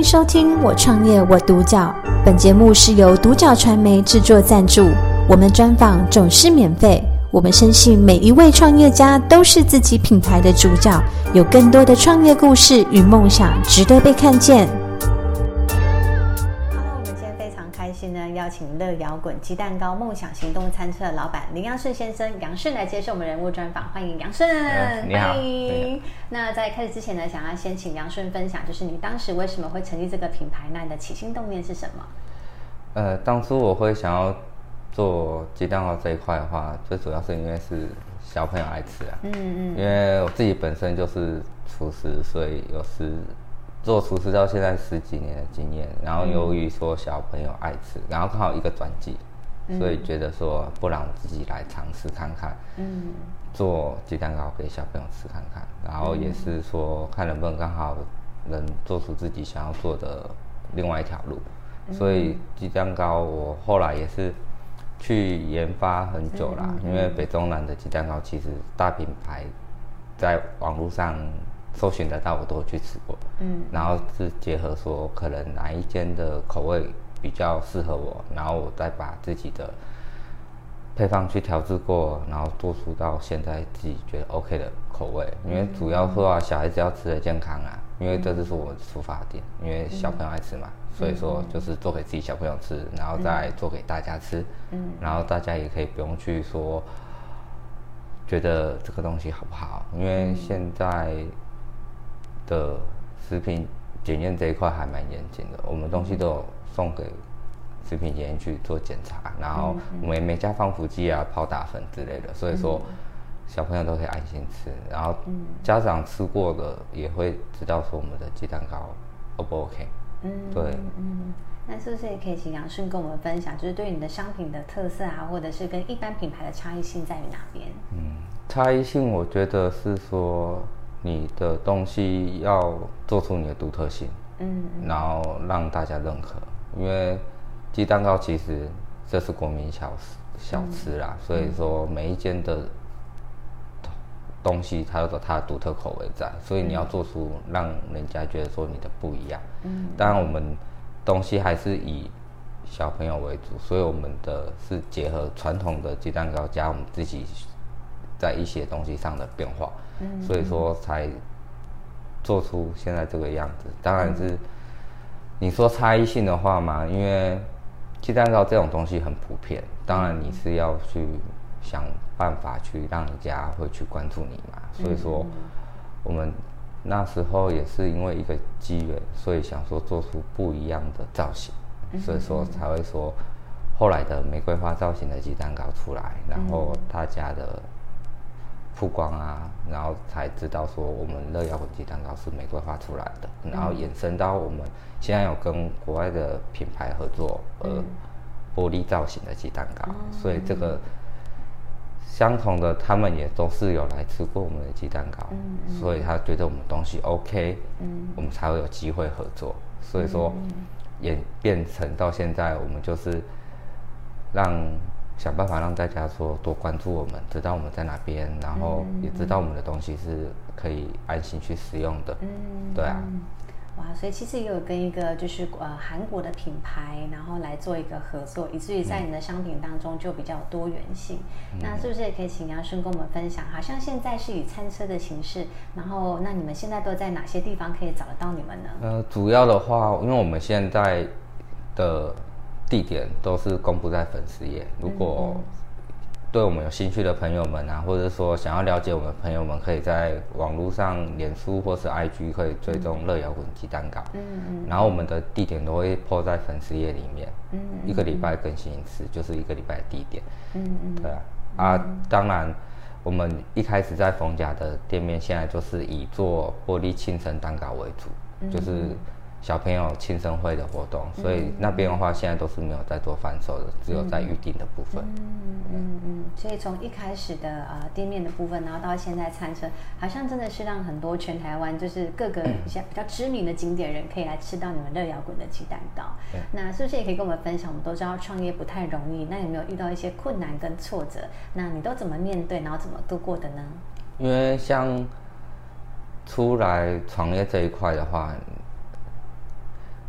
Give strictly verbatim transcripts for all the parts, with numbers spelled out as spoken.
收听我创业我独角，本节目是由独角传媒制作赞助，我们专访总是免费。我们深信每一位创业家都是自己品牌的主角，有更多的创业故事与梦想值得被看见。Hello， 我们今天非常开心呢，邀请乐摇滚鸡蛋糕梦想行动餐车的老板林阳顺先生杨顺来接受我们人物专访，欢迎杨顺、 呃、你好， 欢迎。那在开始之前呢，想要先请杨顺分享，就是你当时为什么会成立这个品牌？那你的起心动念是什么？ 呃，当初我会想要做鸡蛋糕这一块的话，最主要是因为是小朋友爱吃啊。嗯嗯。因为我自己本身就是厨师，所以有时做厨师到现在十几年的经验，然后由于说小朋友爱吃，然后刚好一个转机，嗯、所以觉得说不然我自己来尝试看看。嗯。做鸡蛋糕给小朋友吃看看，然后也是说看能不能刚好能做出自己想要做的另外一条路。嗯、所以鸡蛋糕我后来也是去研发很久啦，嗯、因为北中南的鸡蛋糕其实大品牌在网络上搜寻得到，我都去吃过。嗯，然后是结合说可能哪一间的口味比较适合我，然后我再把自己的配方去调制过，然后做出到现在自己觉得 OK 的口味。因为主要说啊，小孩子要吃的健康啊，因为这就是我的出发点，因为小朋友爱吃嘛。所以说就是做给自己小朋友吃，然后再做给大家吃，嗯，然后大家也可以不用去说觉得这个东西好不好，因为现在的食品检验这一块还蛮严谨的，我们东西都有送给食品检验去做检查，然后我们也没加防腐剂啊、泡打粉之类的，所以说小朋友都可以安心吃，然后家长吃过的也会知道说我们的鸡蛋糕 O 不 OK。嗯，对， 嗯，那是不是也可以请杨顺跟我们分享，就是对你的商品的特色啊，或者是跟一般品牌的差异性在于哪边？ 嗯，差异性我觉得是说你的东西要做出你的独特性，嗯，然后让大家认可，因为鸡蛋糕其实这是国民小吃小吃啦，嗯、所以说每一间的东西它有它的独特口味在，所以你要做出让人家觉得说你的不一样。嗯，当然我们东西还是以小朋友为主，所以我们的是结合传统的鸡蛋糕加我们自己在一些东西上的变化，嗯，所以说才做出现在这个样子。当然是你说差异性的话嘛，因为鸡蛋糕这种东西很普遍，当然你是要去想办法去让人家会去关注你嘛，所以说我们那时候也是因为一个机缘，所以想说做出不一样的造型，所以说才会说后来的玫瑰花造型的鸡蛋糕出来，然后大家的曝光啊，然后才知道说我们乐摇滚鸡蛋糕是玫瑰花出来的，然后衍生到我们现在有跟国外的品牌合作，呃，玻璃造型的鸡蛋糕，所以这个相同的，他们也都是有来吃过我们的鸡蛋糕，嗯嗯、所以他觉得我们东西 OK，嗯、我们才会有机会合作。所以说，演变成到现在，我们就是让想办法让大家说多关注我们，知道我们在哪边，然后也知道我们的东西是可以安心去使用的。嗯、对啊。 哇，所以其实也有跟一个就是呃韩国的品牌，然后来做一个合作，以至于在你的商品当中就比较多元性。嗯、那是不是也可以请杨顺跟我们分享？好像现在是以餐车的形式，然后那你们现在都在哪些地方可以找得到你们呢？ 呃，主要的话，因为我们现在的地点都是公布在粉丝页，如果、嗯嗯对我们有兴趣的朋友们啊，或者说想要了解我们的朋友们，可以在网络上、脸书或是 I G 可以追踪乐摇滚鸡蛋糕。嗯嗯。然后我们的地点都会 po 在粉丝页里面。嗯嗯。一个礼拜更新一次，就是一个礼拜的地点。嗯嗯。对啊。啊，当然，我们一开始在逢甲的店面，现在就是以做玻璃庆生蛋糕为主，嗯、就是小朋友庆生会的活动，所以那边的话现在都是没有在做贩售的，只有在预定的部分。 嗯嗯嗯。所以从一开始的呃店面的部分，然后到现在餐车，好像真的是让很多全台湾就是各个比较比较知名的景点人可以来吃到你们乐摇滚的鸡蛋糕。那是不是也可以跟我们分享？我们都知道创业不太容易，那有没有遇到一些困难跟挫折？那你都怎么面对，然后怎么度过的呢？ 因为像出来创业这一块的话，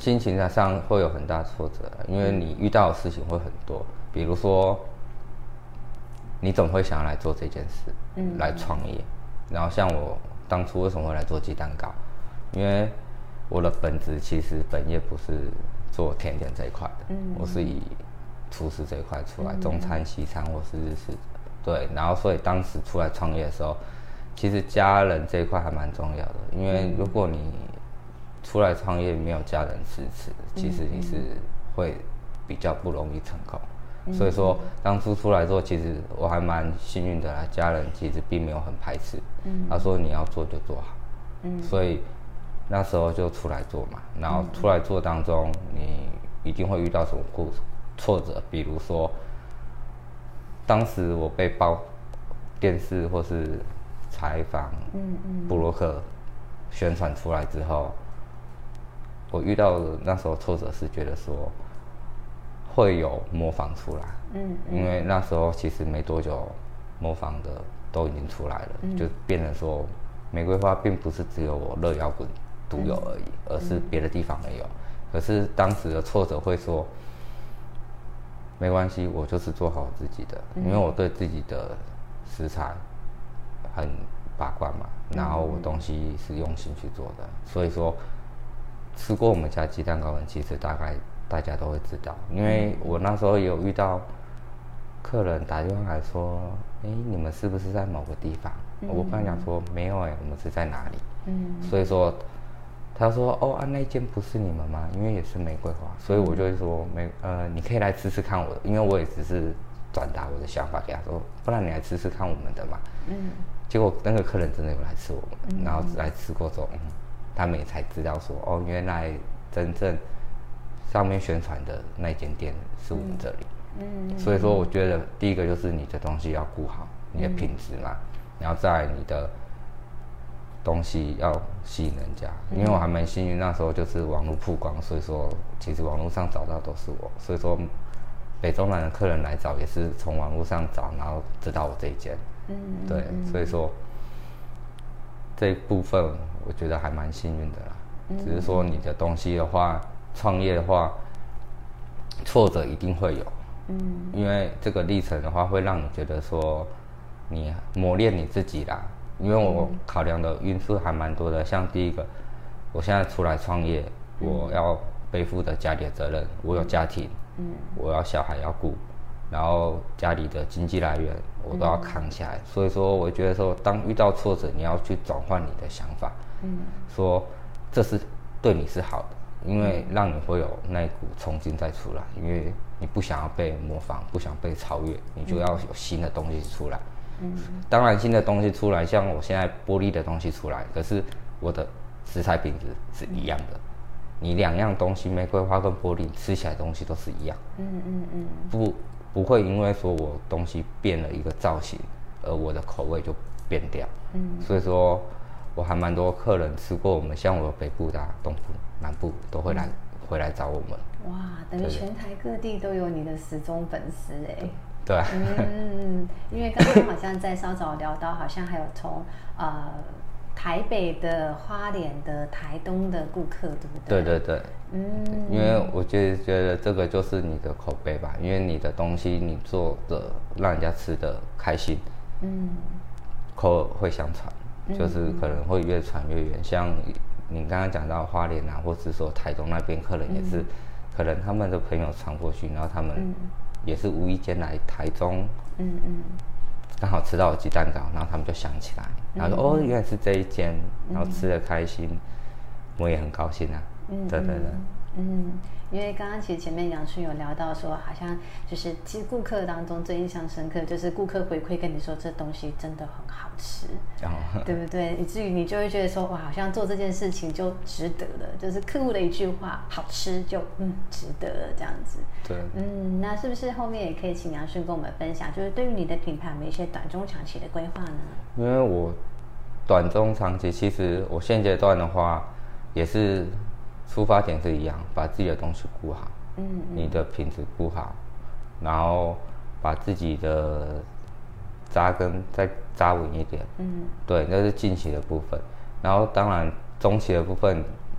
心情上会有很大挫折，因为你遇到的事情会很多，比如说你总会想要来做这件事，嗯，来创业。然后像我当初为什么会来做鸡蛋糕，因为我的本质其实本业不是做甜点这一块的，嗯，我是以厨师这一块出来，嗯、中餐、西餐或是日式，对。然后所以当时出来创业的时候，其实家人这一块还蛮重要的，因为如果你出来创业没有家人支持，其实你是会比较不容易成功。嗯、所以说当初出来做，其实我还蛮幸运的啦，家人其实并没有很排斥，嗯、他说你要做就做好，嗯、所以那时候就出来做嘛。然后出来做当中，你一定会遇到什么挫折，比如说当时我被报电视或是采访、嗯嗯、部落客宣传出来之后，我遇到的那时候挫折是觉得说会有模仿出来，嗯嗯、因为那时候其实没多久，模仿的都已经出来了，嗯、就变成说玫瑰花并不是只有我乐摇滚独有而已，嗯、而是别的地方没有。可是当时的挫折会说，没关系，我就是做好自己的，嗯、因为我对自己的食材很把关嘛，然后我东西是用心去做的，所以说吃过我们家鸡蛋糕的人，其实大概大家都会知道，因为我那时候也有遇到客人打电话来说，哎，你们是不是在某个地方？嗯、我跟他讲说没有哎，我们是在哪里？嗯，所以说他说哦啊那间不是你们吗？因为也是玫瑰花，所以我就会说玫呃你可以来吃吃看我的，因为我也只是转达我的想法给他说，不然你来吃吃看我们的嘛。嗯，结果那个客人真的有来吃我们，嗯、然后来吃过之后，嗯，他们也才知道说哦原来真正上面宣传的那间店是我们这里。嗯，嗯所以说我觉得第一个就是你的东西要顾好你的品质嘛，嗯、然后再来你的东西要吸引人家，因为我还蛮幸运，那时候就是网络曝光，所以说其实网络上找到都是我，所以说北中南的客人来找也是从网络上找，然后知道我这一间，嗯，对，嗯、所以说这一部分我觉得还蛮幸运的啦。嗯、只是说你的东西的话，创业的话，挫折一定会有，嗯，因为这个历程的话会让你觉得说你磨练你自己啦。因为我考量的因素还蛮多的，像第一个，我现在出来创业，嗯、我要背负的家里的责任，我有家庭，嗯，我要小孩要顾，然后家里的经济来源我都要扛起来，嗯、所以说我觉得说，当遇到挫折，你要去转换你的想法，嗯，说这是对你是好的，因为让你会有那一股冲劲再出来，因为你不想要被模仿，不想被超越，你就要有新的东西出来。嗯，当然新的东西出来，像我现在玻璃的东西出来，可是我的食材品质是一样的。嗯、你两样东西，玫瑰花跟玻璃吃起来的东西都是一样。嗯嗯嗯，不不会因为说我东西变了一个造型，而我的口味就变掉。嗯，所以说我还蛮多客人吃过我们，像我北部的、啊、东部、南部都会来、嗯、回来找我们。 哇，等于全台各地都有你的死忠粉丝哎。 对， 嗯，因为刚刚好像在稍早聊到，好像还有从呃台北的、花莲的、台东的顾客，对不对？ 对对对，嗯，因为我觉得觉得这个就是你的口碑吧，因为你的东西你做的让人家吃的开心，嗯，口耳会相传，就是可能会越传越远。像你刚刚讲到花莲啊，或是说台东那边，客人也是，嗯、可能他们的朋友传过去，然后他们。嗯也是无意间来台中，嗯嗯，刚好吃到有鸡蛋糕，然后他们就想起来，然后说、嗯、哦原来是这一间，然后吃得开心，嗯、我也很高兴啊，嗯，对对对， 嗯，因为刚刚其实前面杨春有聊到说，好像就是其实顾客当中最印象深刻就是顾客回馈跟你说这东西真的很好吃，哦、对不对？以至于你就会觉得说哇，好像做这件事情就值得了，就是客户的一句话好吃就嗯值得了这样子。 对， 嗯，那是不是后面也可以请杨顺跟我们分享，就是对于你的品牌有没有一些短中长期的规划呢？ 因为我短中长期，其实我现阶段的话，也是出发点是一样，把自己的东西顾好，嗯, 嗯，你的品质顾好，然后把自己的扎根再扎稳一点，嗯，对，那是近期的部分。然后当然中期的部分，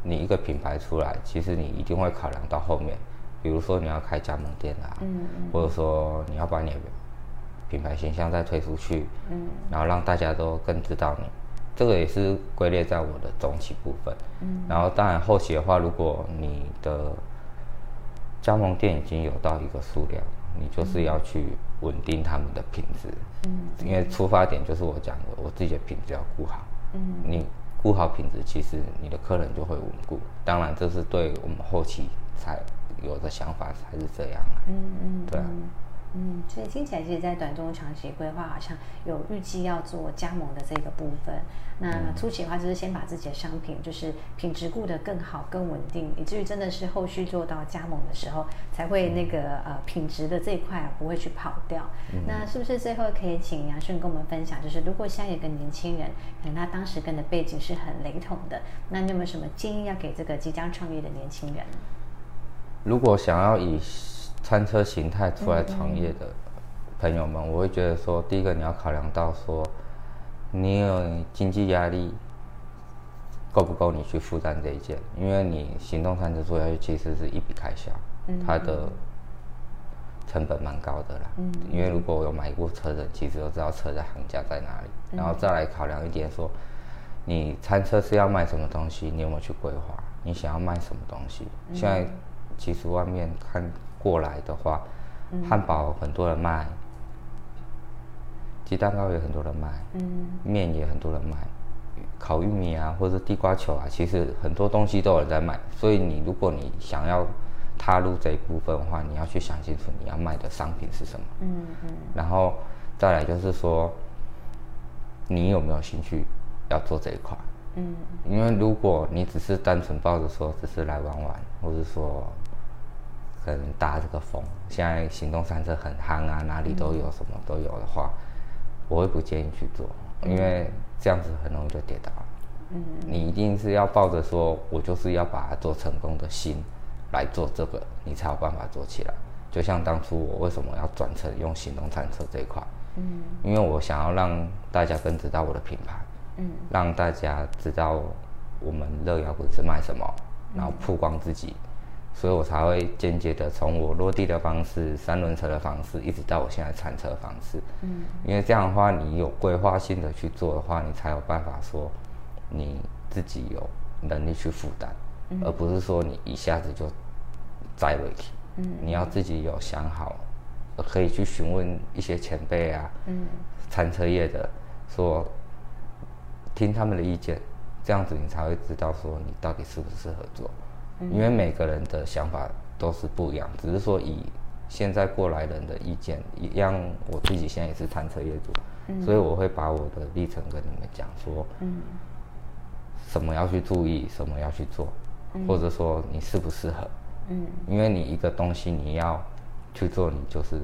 你一个品牌出来，其实你一定会考量到后面，比如说你要开加盟店啊，嗯嗯或者说你要把你的品牌形象再推出去，嗯，然后让大家都更知道你，这个也是归类在我的中期部分。嗯，然后当然后期的话，如果你的加盟店已经有到一个数量，你就是要去稳定他们的品质。嗯，因为出发点就是我讲的，我自己的品质要顾好。嗯，你顾好品质，其实你的客人就会稳固。当然，这是对我们后期才有的想法才是这样啊。嗯嗯，对啊。 嗯，所以听起来，其实，在短中长期规划，好像有预计要做加盟的这个部分。那初期的话，就是先把自己的商品，就是品质顾得更好、更稳定，以至于真的是后续做到加盟的时候，才会那个呃品质的这一块啊不会去跑掉。嗯、那是不是最后可以请杨顺跟我们分享，就是如果现在有个年轻人，可能他当时跟的背景是很雷同的，那你有没有什么建议要给这个即将创业的年轻人？ 如果想要以餐车形态出来创业的朋友们，我会觉得说，第一个你要考量到说，你有经济压力够不够你去负担这一件，因为你行动餐车做下去其实是一笔开销，它的成本蛮高的啦。嗯、因为如果我有买过车的，其实都知道车的行价在哪里，然后再来考量一点说，你餐车是要卖什么东西，你有没有去规划？你想要卖什么东西？现在其实外面看过来的话，汉堡很多人卖，鸡蛋糕也很多人卖，嗯，面也很多人卖，烤玉米啊，或者地瓜球啊，其实很多东西都有人在卖。所以你如果你想要踏入这一部分的话，你要去想清楚你要卖的商品是什么，嗯嗯，然后再来就是说，你有没有兴趣要做这一块？嗯，因为如果你只是单纯抱着说只是来玩玩，或者说可能搭这个风，现在行动餐车很夯啊，哪里都有，什么都有的话，我会不建议去做，因为这样子很容易就跌倒了。嗯，你一定是要抱着说我就是要把它做成功的心来做这个，你才有办法做起来。就像当初我为什么要转成用行动餐车这一块，嗯，因为我想要让大家更知道我的品牌，嗯，让大家知道我们乐摇滚是卖什么，然后曝光自己。所以我才会间接的从我落地的方式、三轮车的方式，一直到我现在餐车的方式。嗯，因为这样的话，你有规划性的去做的话，你才有办法说你自己有能力去负担，嗯、而不是说你一下子就栽回去。嗯，你要自己有想好，可以去询问一些前辈啊，嗯，餐车业的，说听他们的意见，这样子你才会知道说你到底适不适合做。因为每个人的想法都是不一样，只是说以现在过来人的意见一样，我自己现在也是餐车业主，嗯、所以我会把我的历程跟你们讲说，嗯、什么要去注意，什么要去做，嗯、或者说你适不适合，嗯、因为你一个东西你要去做，你就是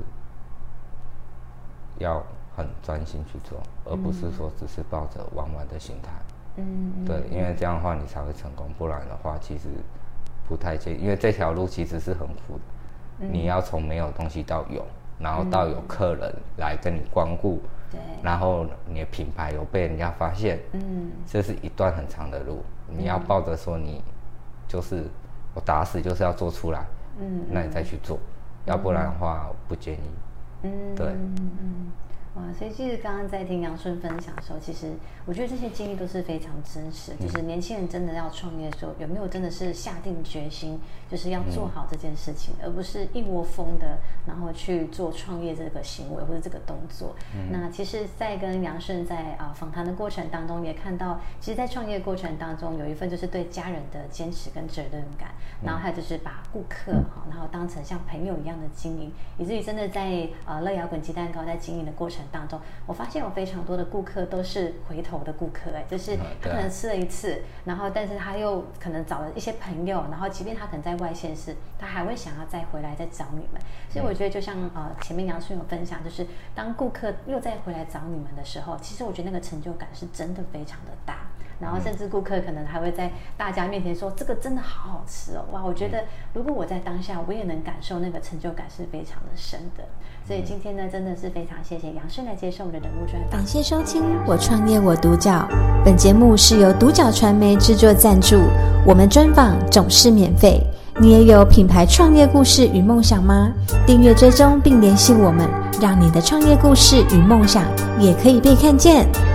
要很专心去做，而不是说只是抱着玩玩的心态，嗯、对，因为这样的话你才会成功，不然的话其实不太建议，因为这条路其实是很苦的，嗯、你要从没有东西到有，然后到有客人来跟你光顾，对，然后你的品牌有被人家发现，嗯，这是一段很长的路，你要抱着说你就是我打死就是要做出来，嗯，那你再去做，嗯、要不然的话不建议，嗯，对，嗯嗯。 哇，所以其实刚刚在听杨顺分享的时候，其实我觉得这些经历都是非常真实。嗯、就是年轻人真的要创业的时候，有没有真的是下定决心，就是要做好这件事情，嗯、而不是一窝蜂的，然后去做创业这个行为或者这个动作。嗯、那其实，在跟杨顺在啊访谈的过程当中，也看到，其实，在创业过程当中，有一份就是对家人的坚持跟责任感，嗯、然后还有就是把顾客哈，然后当成像朋友一样的经营，以至于真的在呃乐摇滚鸡蛋糕在经营的过程当中，我发现有非常多的顾客都是回头的顾客，哎，就是他可能吃了一次，然后但是他又可能找了一些朋友，然后即便他可能在外县市，他还会想要再回来再找你们。所以我觉得就像呃前面杨顺有分享，就是当顾客又再回来找你们的时候，其实我觉得那个成就感是真的非常的大。然后甚至顾客可能还会在大家面前说这个真的好好吃哦，哇！我觉得如果我在当下，我也能感受那个成就感是非常的深的。所以今天呢，真的是非常谢谢杨师来接受我们的人物专访。 感谢收听我创业我独角，本节目是由独角传媒制作赞助，我们专访总是免费。你也有品牌创业故事与梦想吗？订阅追踪并联系我们，让你的创业故事与梦想也可以被看见。